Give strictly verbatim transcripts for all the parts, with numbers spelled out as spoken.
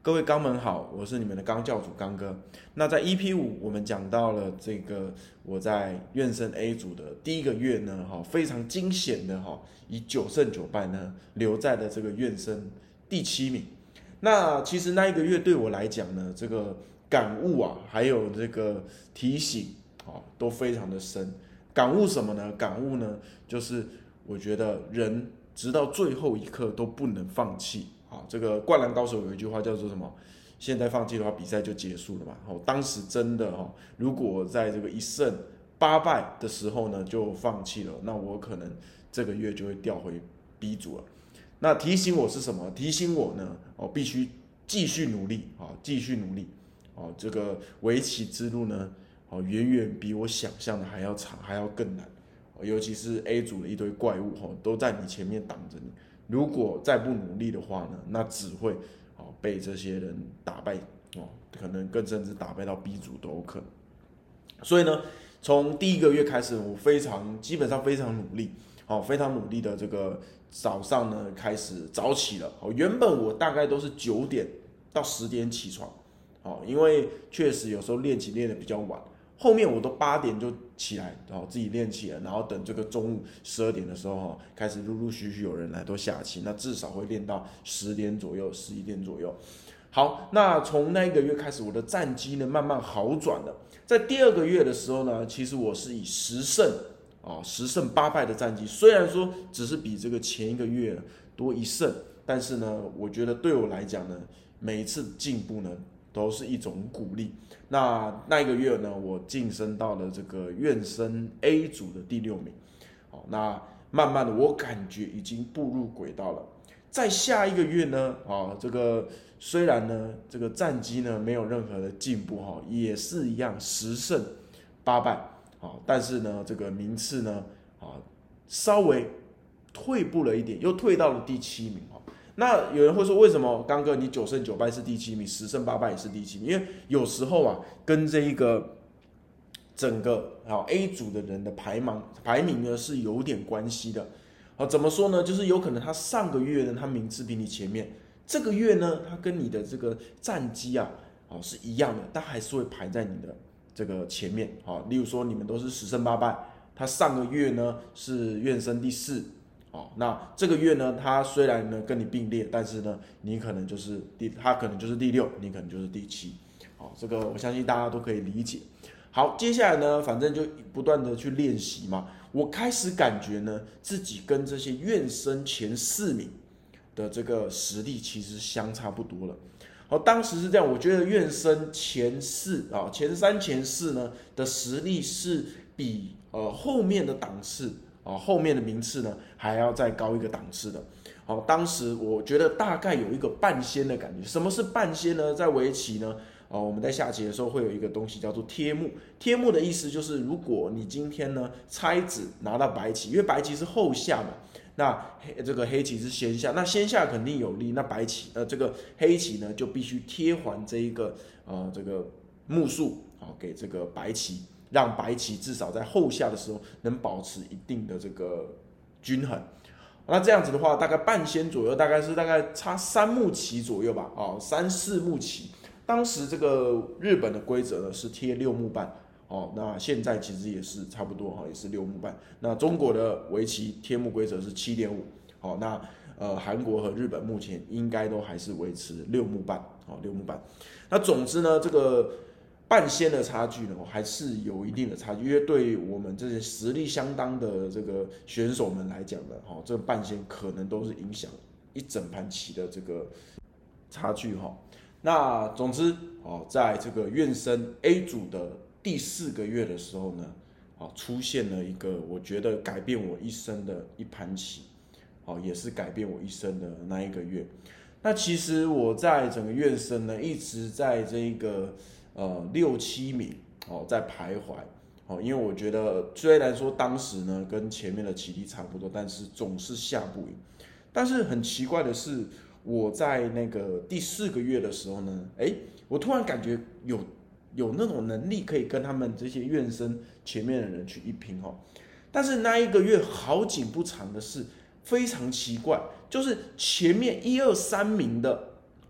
各位肛门好，我是你们的肛教主刚哥。那在 E P 五，我们讲到了这个我在院生 A 组的第一个月呢，哈，非常惊险的哈，以九胜九败呢，留在了这个院生第七名。那其实那一个月对我来讲呢，这个感悟啊，还有这个提醒啊，都非常的深。感悟什么呢？感悟呢，就是我觉得人直到最后一刻都不能放弃。好，这个灌篮高手有一句话叫做什么？现在放弃的话，比赛就结束了嘛。好，当时真的哈，如果在这个一胜八败的时候呢，就放弃了，那我可能这个月就会调回 B 组了。那提醒我是什么？提醒我呢，哦，必须继续努力啊，继续努力哦。这个围棋之路呢，哦，远远比我想象的还要长，还要更难。尤其是 A 组的一堆怪物哈，都在你前面挡着你。如果再不努力的话呢，那只会哦被这些人打败哦，可能更甚至打败到 B 组都有可能。所以呢，从第一个月开始，我非常基本上非常努力，哦，非常努力的这个早上呢开始早起了。哦，原本我大概都是九点到十点起床，哦，因为确实有时候练习练得比较晚。后面我都八点就起来，哦，自己练起了，然后等这个中午十二点的时候，哈，开始陆陆续续有人来都下棋，那至少会练到十点左右，十一点左右。好，那从那一个月开始，我的战绩呢慢慢好转了。在第二个月的时候呢，其实我是以十胜啊十胜八败的战绩，虽然说只是比这个前一个月多一胜，但是呢，我觉得对我来讲呢，每一次进步呢都是一种鼓励。那那一个月呢，我晋升到了这个院生 A 组的第六名。好，那慢慢的，我感觉已经步入轨道了。在下一个月呢，啊，这个虽然呢，这个战绩呢没有任何的进步哈，也是一样十胜八败，啊，但是呢，这个名次呢，啊，稍微退步了一点，又退到了第七名哈。那有人会说，为什么刚哥你九胜九败是第七名，十胜八败也是第七名？因为有时候啊，跟这一个整个啊 A 组的人的排名排名呢是有点关系的。好，怎么说呢？就是有可能他上个月呢，他名次比你前面，这个月呢，他跟你的这个战绩啊，哦是一样的，但还是会排在你的这个前面。好，例如说你们都是十胜八败，他上个月呢是院生第四。哦，那这个月呢，他虽然呢跟你并列，但是呢，你可能就是第，他可能就是第六，你可能就是第七。好，这个我相信大家都可以理解。好，接下来呢，反正就不断的去练习嘛。我开始感觉呢，自己跟这些院生前四名的这个实力其实相差不多了。好，当时是这样，我觉得院生前四啊，前三前四呢的实力是比呃后面的档次。哦，后面的名次呢还要再高一个档次的。好，当时我觉得大概有一个半仙的感觉。什么是半仙呢？在围棋呢，哦，我们在下棋的时候会有一个东西叫做贴目。贴目的意思就是，如果你今天呢拆子拿到白棋，因为白棋是后下嘛，那黑这个黑棋是先下，那先下肯定有利，那白棋呃这个黑棋呢就必须贴还这一个呃这个目数好给这个白棋。让白棋至少在后下的时候能保持一定的这个均衡，那这样子的话，大概半仙左右，大概是大概差三目棋左右吧，哦，三四目棋。当时这个日本的规则呢是贴六目半，哦，那现在其实也是差不多哈，也是六目半。那中国的围棋贴目规则是七点五，好，那呃韩国和日本目前应该都还是维持六目半，好，六目半。那总之呢，这个。半仙的差距呢，还是有一定的差距，因为对我们这些实力相当的这个选手们来讲呢，哈，这个半仙可能都是影响一整盘棋的这个差距哈。那总之哦，在这个院生 A 组的第四个月的时候呢，哦，出现了一个我觉得改变我一生的一盘棋，哦，也是改变我一生的那一个月。那其实我在整个院生呢，一直在这个。呃，六七名哦，在徘徊哦，因为我觉得虽然说当时呢跟前面的棋力差不多，但是总是下不赢。但是很奇怪的是，我在那个第四个月的时候呢，哎，我突然感觉有有那种能力可以跟他们这些院生前面的人去一拼哦。但是那一个月好景不长的是，非常奇怪，就是前面一二三名的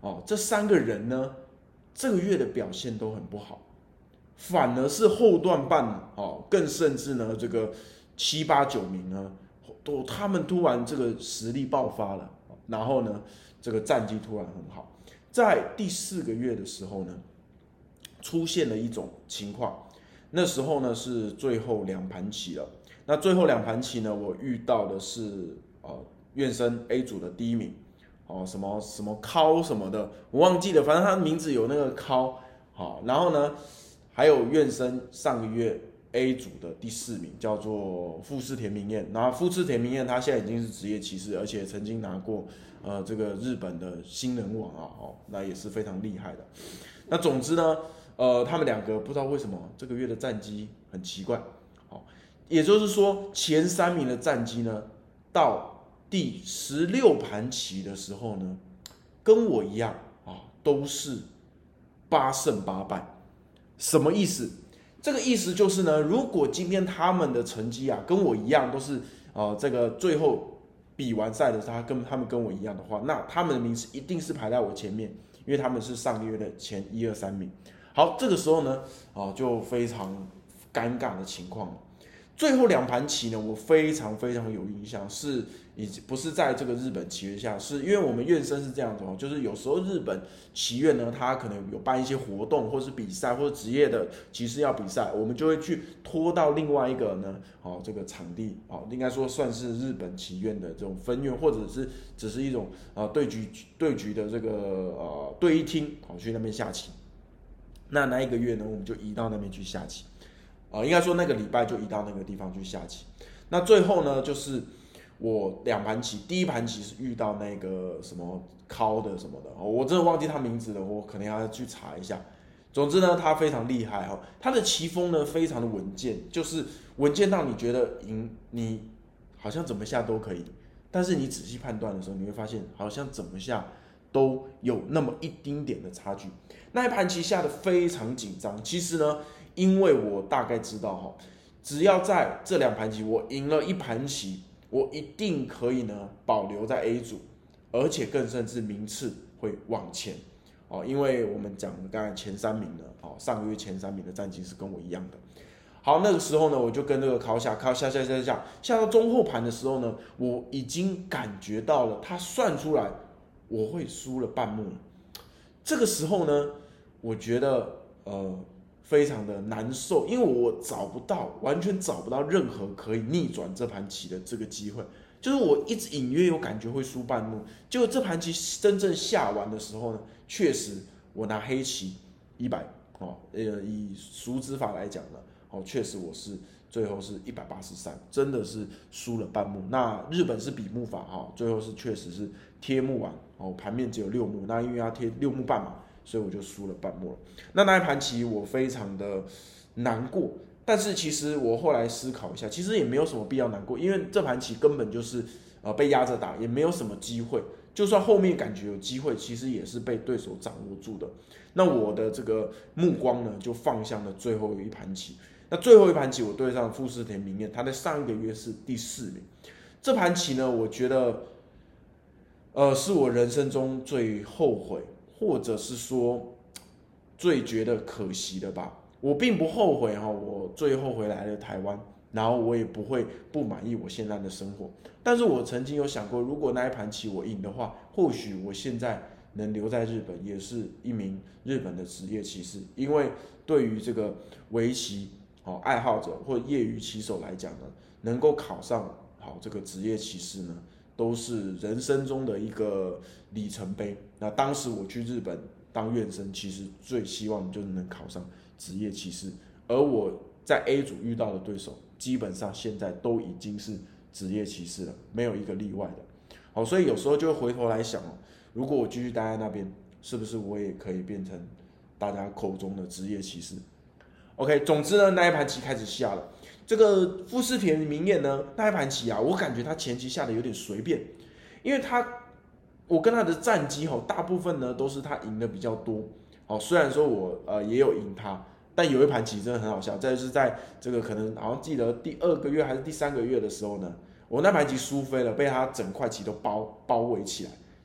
哦，这三个人呢，这个月的表现都很不好，反而是后段班哦，更甚至呢，这个七八九名呢，都他们突然这个实力爆发了，然后呢，这个战绩突然很好。在第四个月的时候呢，出现了一种情况，那时候呢是最后两盘棋了。那最后两盘棋呢，我遇到的是呃院生 A 组的第一名。哦，什么什么考什么的，我忘记了，反正他的名字有那个考，好，然后呢，还有院生上个月 A 组的第四名，叫做富士田明彦。然后富士田明彦他现在已经是职业棋士，而且曾经拿过呃这个日本的新人王啊，哦，那也是非常厉害的。那总之呢，呃，他们两个不知道为什么这个月的战绩很奇怪，好，也就是说前三名的战绩呢，到第十六盘棋的时候呢，跟我一样啊，都是八胜八败。什么意思？这个意思就是呢，如果今天他们的成绩啊跟我一样，都是呃这个最后比完赛的时候，他跟他们跟我一样的话，那他们的名次一定是排在我前面，因为他们是上个月的前一二三名。好，这个时候呢，啊就非常尴尬的情况了。最后两盘棋呢，我非常非常有印象，是以不是在这个日本棋院下，是因为我们院生是这样子哦，就是有时候日本棋院呢，它可能有办一些活动，或是比赛，或者职业的棋士要比赛，我们就会去拖到另外一个呢，哦，这个场地哦，应该说算是日本棋院的这种分院，或者是只是一种啊、呃、对局对局的这个呃对弈厅，好去那边下棋。那那一个月呢，我们就移到那边去下棋。呃，应该说那个礼拜就移到那个地方去下棋。那最后呢，就是我两盘棋，第一盘棋是遇到那个什么考的什么的，我真的忘记他名字了，我可能要去查一下。总之呢，他非常厉害哈，他的棋风呢非常的稳健，就是稳健到你觉得赢你好像怎么下都可以，但是你仔细判断的时候，你会发现好像怎么下都有那么一丁点的差距。那一盘棋下的非常紧张，其实呢。因为我大概知道哈，只要在这两盘棋我赢了一盘棋，我一定可以呢保留在 A 组，而且更甚至名次会往前哦。因为我们讲的刚才前三名的哦，上个月前三名的战绩是跟我一样的。好，那个时候呢，我就跟这个考下考下下下下下到中后盘的时候呢，我已经感觉到了他算出来我会输了半目了。这个时候呢，我觉得呃。非常的难受，因为我找不到，完全找不到任何可以逆转这盘棋的这个机会。就是我一直隐约有感觉会输半目，结果这盘棋真正下完的时候呢，确实我拿黑棋一百哦，呃，以熟子法来讲呢，哦，确实我是最后是一百八十三，真的是输了半目。那日本是比目法哈、哦，最后是确实是贴目完哦，盘面只有六目，那因为要贴六目半嘛。所以我就输了半目了。那那一盘棋我非常的难过，但是其实我后来思考一下，其实也没有什么必要难过，因为这盘棋根本就是呃被压着打，也没有什么机会。就算后面感觉有机会，其实也是被对手掌握住的。那我的这个目光呢，就放向了最后一盘棋。那最后一盘棋我对上富士田明彦，他在上一个月是第四名。这盘棋呢，我觉得呃是我人生中最后悔。或者是说最觉得可惜的吧，我并不后悔哈，我最后回来了台湾，然后我也不会不满意我现在的生活。但是我曾经有想过，如果那一盘棋我赢的话，或许我现在能留在日本，也是一名日本的职业棋士。因为对于这个围棋好爱好者或业余棋手来讲呢，能够考上好这个职业棋士呢。都是人生中的一个里程碑。那当时我去日本当院生，其实最希望就是能考上职业棋士。而我在 A 组遇到的对手，基本上现在都已经是职业棋士了，没有一个例外的。好，所以有时候就会回头来想哦，如果我继续待在那边，是不是我也可以变成大家口中的职业棋士 ？OK， 总之呢，那一盘棋开始下了。这个富士田明彦呢，那一盘棋啊，我感觉他前期下的有点随便，因为他我跟他的战绩哈，大部分呢都是他赢的比较多。好，虽然说我呃也有赢他，但有一盘棋真的很好笑，这就是在这个可能好像记得第二个月还是第三个月的时候呢，我那盘棋输飞了，被他整块棋都包包围起来，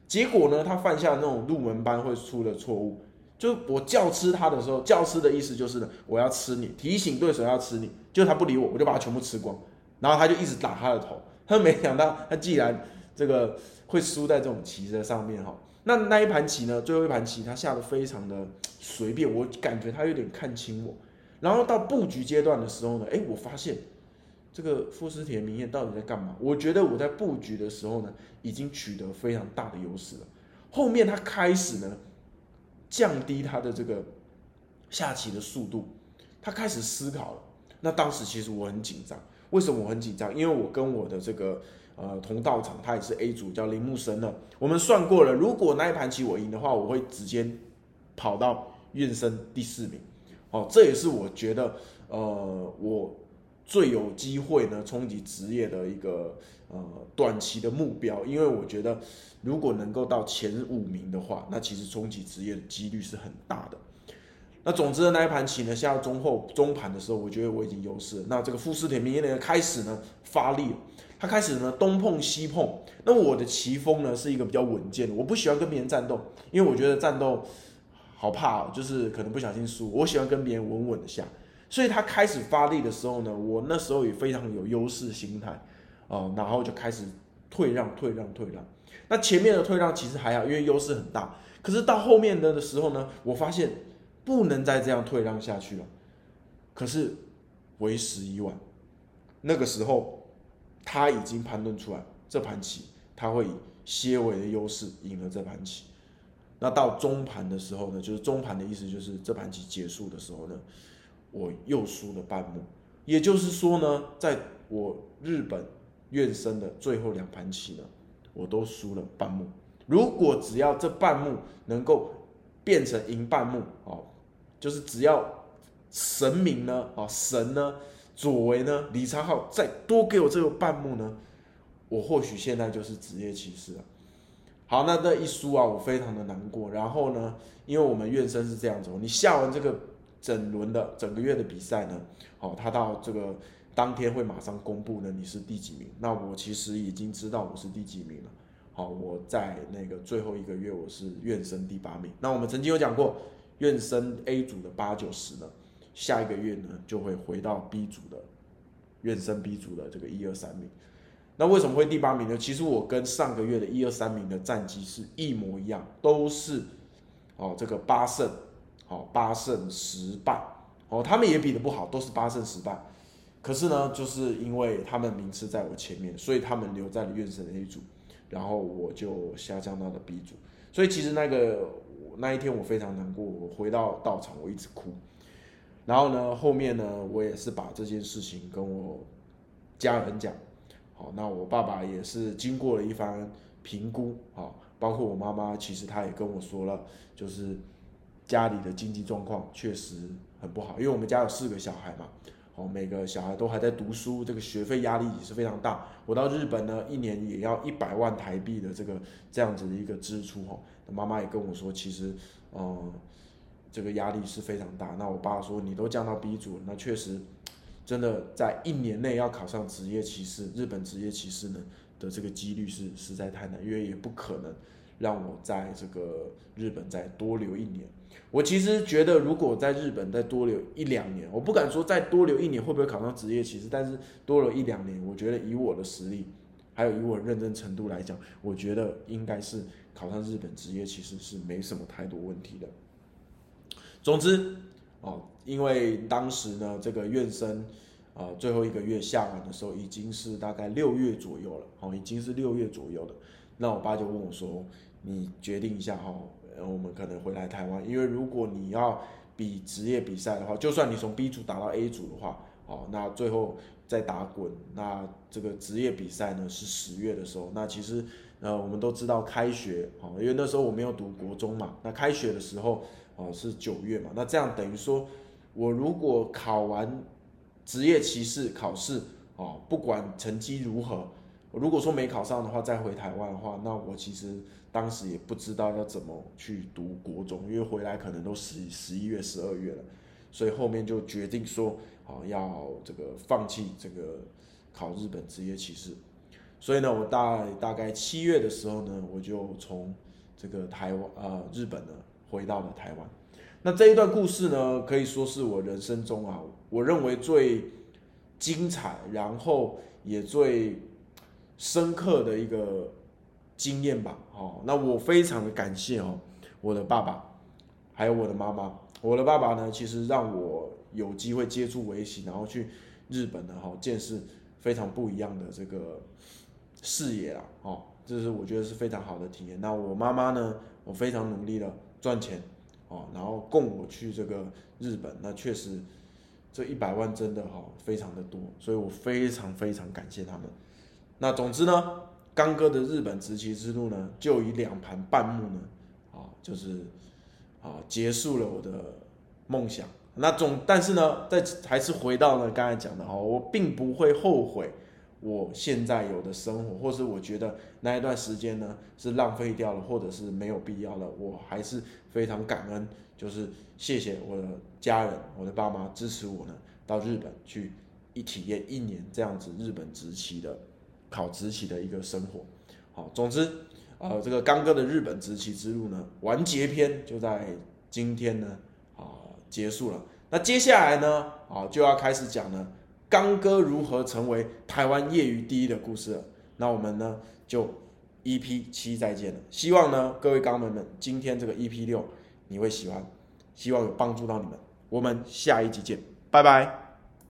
结果呢，他犯下那种入门班会出的错误，就我教吃他的时候，教吃的意思就是呢，我要吃你，提醒对手要吃你，就他不理我，我就把他全部吃光，然后他就一直打他的头，他没想到他既然这个会输在这种棋的上面哈。那那一盘棋呢，最后一盘棋他下的非常的随便，我感觉他有点看清我。然后到布局阶段的时候呢，哎，我发现这个富士田明彦到底在干嘛？我觉得我在布局的时候呢，已经取得非常大的优势了。后面他开始呢降低他的这个下棋的速度，他开始思考了。那当时其实我很紧张，为什么我很紧张？因为我跟我的这个呃同道场，他也是 A 组，叫铃木生的。我们算过了，如果那一盘棋我赢的话，我会直接跑到院生第四名。哦，这也是我觉得呃我最有机会呢冲击职业的一个呃短期的目标，因为我觉得如果能够到前五名的话，那其实冲击职业的几率是很大的。那总之的那一盘棋呢，下到中后中盘的时候，我觉得我已经优势了。那这个富士田明彦呢开始呢发力了，他开始呢东碰西碰。那我的棋风呢是一个比较稳健的，我不喜欢跟别人战斗，因为我觉得战斗好怕、哦，就是可能不小心输。我喜欢跟别人稳稳的下，所以他开始发力的时候呢，我那时候也非常有优势心态，哦，然后就开始退让、退让、退让。那前面的退让其实还好，因为优势很大。可是到后面的的时候呢，我发现不能再这样退让下去了。可是为时已晚，那个时候他已经判断出来这盘棋他会以些微的优势赢了这盘棋。那到中盘的时候呢，就是中盘的意思就是这盘棋结束的时候呢，我又输了半目。也就是说呢，在我日本院生的最后两盘棋呢，我都输了半目。如果只要这半目能够变成赢半目，哦，就是只要神明呢，哦，神呢，左为呢，李昌镐再多给我这个半目呢，我或许现在就是职业棋士了。好，那这一输啊，我非常的难过。然后呢，因为我们院生是这样子，你下完这个整轮的整个月的比赛呢，好，他到这个当天会马上公布呢你是第几名。那我其实已经知道我是第几名了。好，我在那个最后一个月我是院生第八名。那我们曾经有讲过，院生 A 组的八九十呢，下一个月呢就会回到 B 组的院生 B 组的这个一二三名。那为什么会第八名呢？其实我跟上个月的一二三名的战绩是一模一样，都是哦这个八胜，哦八胜十败，哦他们也比得不好，都是八胜十败。可是呢，就是因为他们名次在我前面，所以他们留在了院生 A 组，然后我就下降到了 B 组。所以其实那个那一天我非常难过，我回到道场我一直哭。然后呢，后面呢，我也是把这件事情跟我家人讲。好，那我爸爸也是经过了一番评估，好，包括我妈妈，其实她也跟我说了，就是家里的经济状况确实很不好，因为我们家有四个小孩嘛，好，每个小孩都还在读书，这个学费压力也是非常大。我到日本呢，一年也要一百万台币的这个这样子的一个支出，哈，妈妈也跟我说，其实，嗯，这个压力是非常大。那我爸说，你都降到 B 组了，那确实。真的在一年内要考上职业棋士，日本职业棋士呢的这个几率是实在太难，因为也不可能让我在这个日本再多留一年。我其实觉得，如果在日本再多留一两年，我不敢说再多留一年会不会考上职业棋士，但是多留一两年，我觉得以我的实力，还有以我的认真程度来讲，我觉得应该是考上日本职业棋士是没什么太多问题的。总之。哦，因为当时呢，这个院生，呃，最后一个月下完的时候，已经是大概六月左右了，哦，已经是六月左右了。那我爸就问我说：“你决定一下哈、哦，我们可能回来台湾，因为如果你要比职业比赛的话，就算你从 B 组打到 A 组的话，哦，那最后再打滚，那这个职业比赛呢是十月的时候，那其实呃我们都知道开学，哦，因为那时候我没有读国中嘛，那开学的时候。”哦，是九月嘛？那这样等于说，我如果考完职业棋士考试，哦，不管成绩如何，如果说没考上的话，再回台湾的话，那我其实当时也不知道要怎么去读国中，因为回来可能都十十一月、十二月了，所以后面就决定说，哦，要这个放弃这个考日本职业棋士。 所以呢，我大大概七月的时候呢，我就从这个台湾呃日本呢回到了台湾。那这一段故事呢，可以说是我人生中啊，我认为最精彩，然后也最深刻的一个经验吧。哦，那我非常的感谢哦，我的爸爸，还有我的妈妈。我的爸爸呢，其实让我有机会接触围棋，然后去日本呢，哈，见识非常不一样的这个视野啦，哦，这是我觉得是非常好的体验。那我妈妈呢，我非常努力的赚钱，哦，然后供我去这个日本，那确实这一百万真的哈非常的多，所以我非常非常感谢他们。那总之呢，刚哥的日本职棋之路呢，就以两盘半目呢，啊，就是啊结束了我的梦想。那总但是呢，再还是回到呢刚才讲的哈，我并不会后悔我现在有的生活，或是我觉得那一段时间呢是浪费掉了，或者是没有必要了，我还是非常感恩，就是谢谢我的家人，我的爸妈支持我呢到日本去一体验一年这样子日本职棋的考职棋的一个生活。好，总之，呃，这个刚哥的日本职棋之路呢，完结篇就在今天呢啊结束了。那接下来呢啊就要开始讲呢刚哥如何成为台湾业余第一的故事了。那我们呢就 E P 七再见了。希望呢各位刚们们今天这个 E P 六你会喜欢，希望有帮助到你们。我们下一集见，拜拜。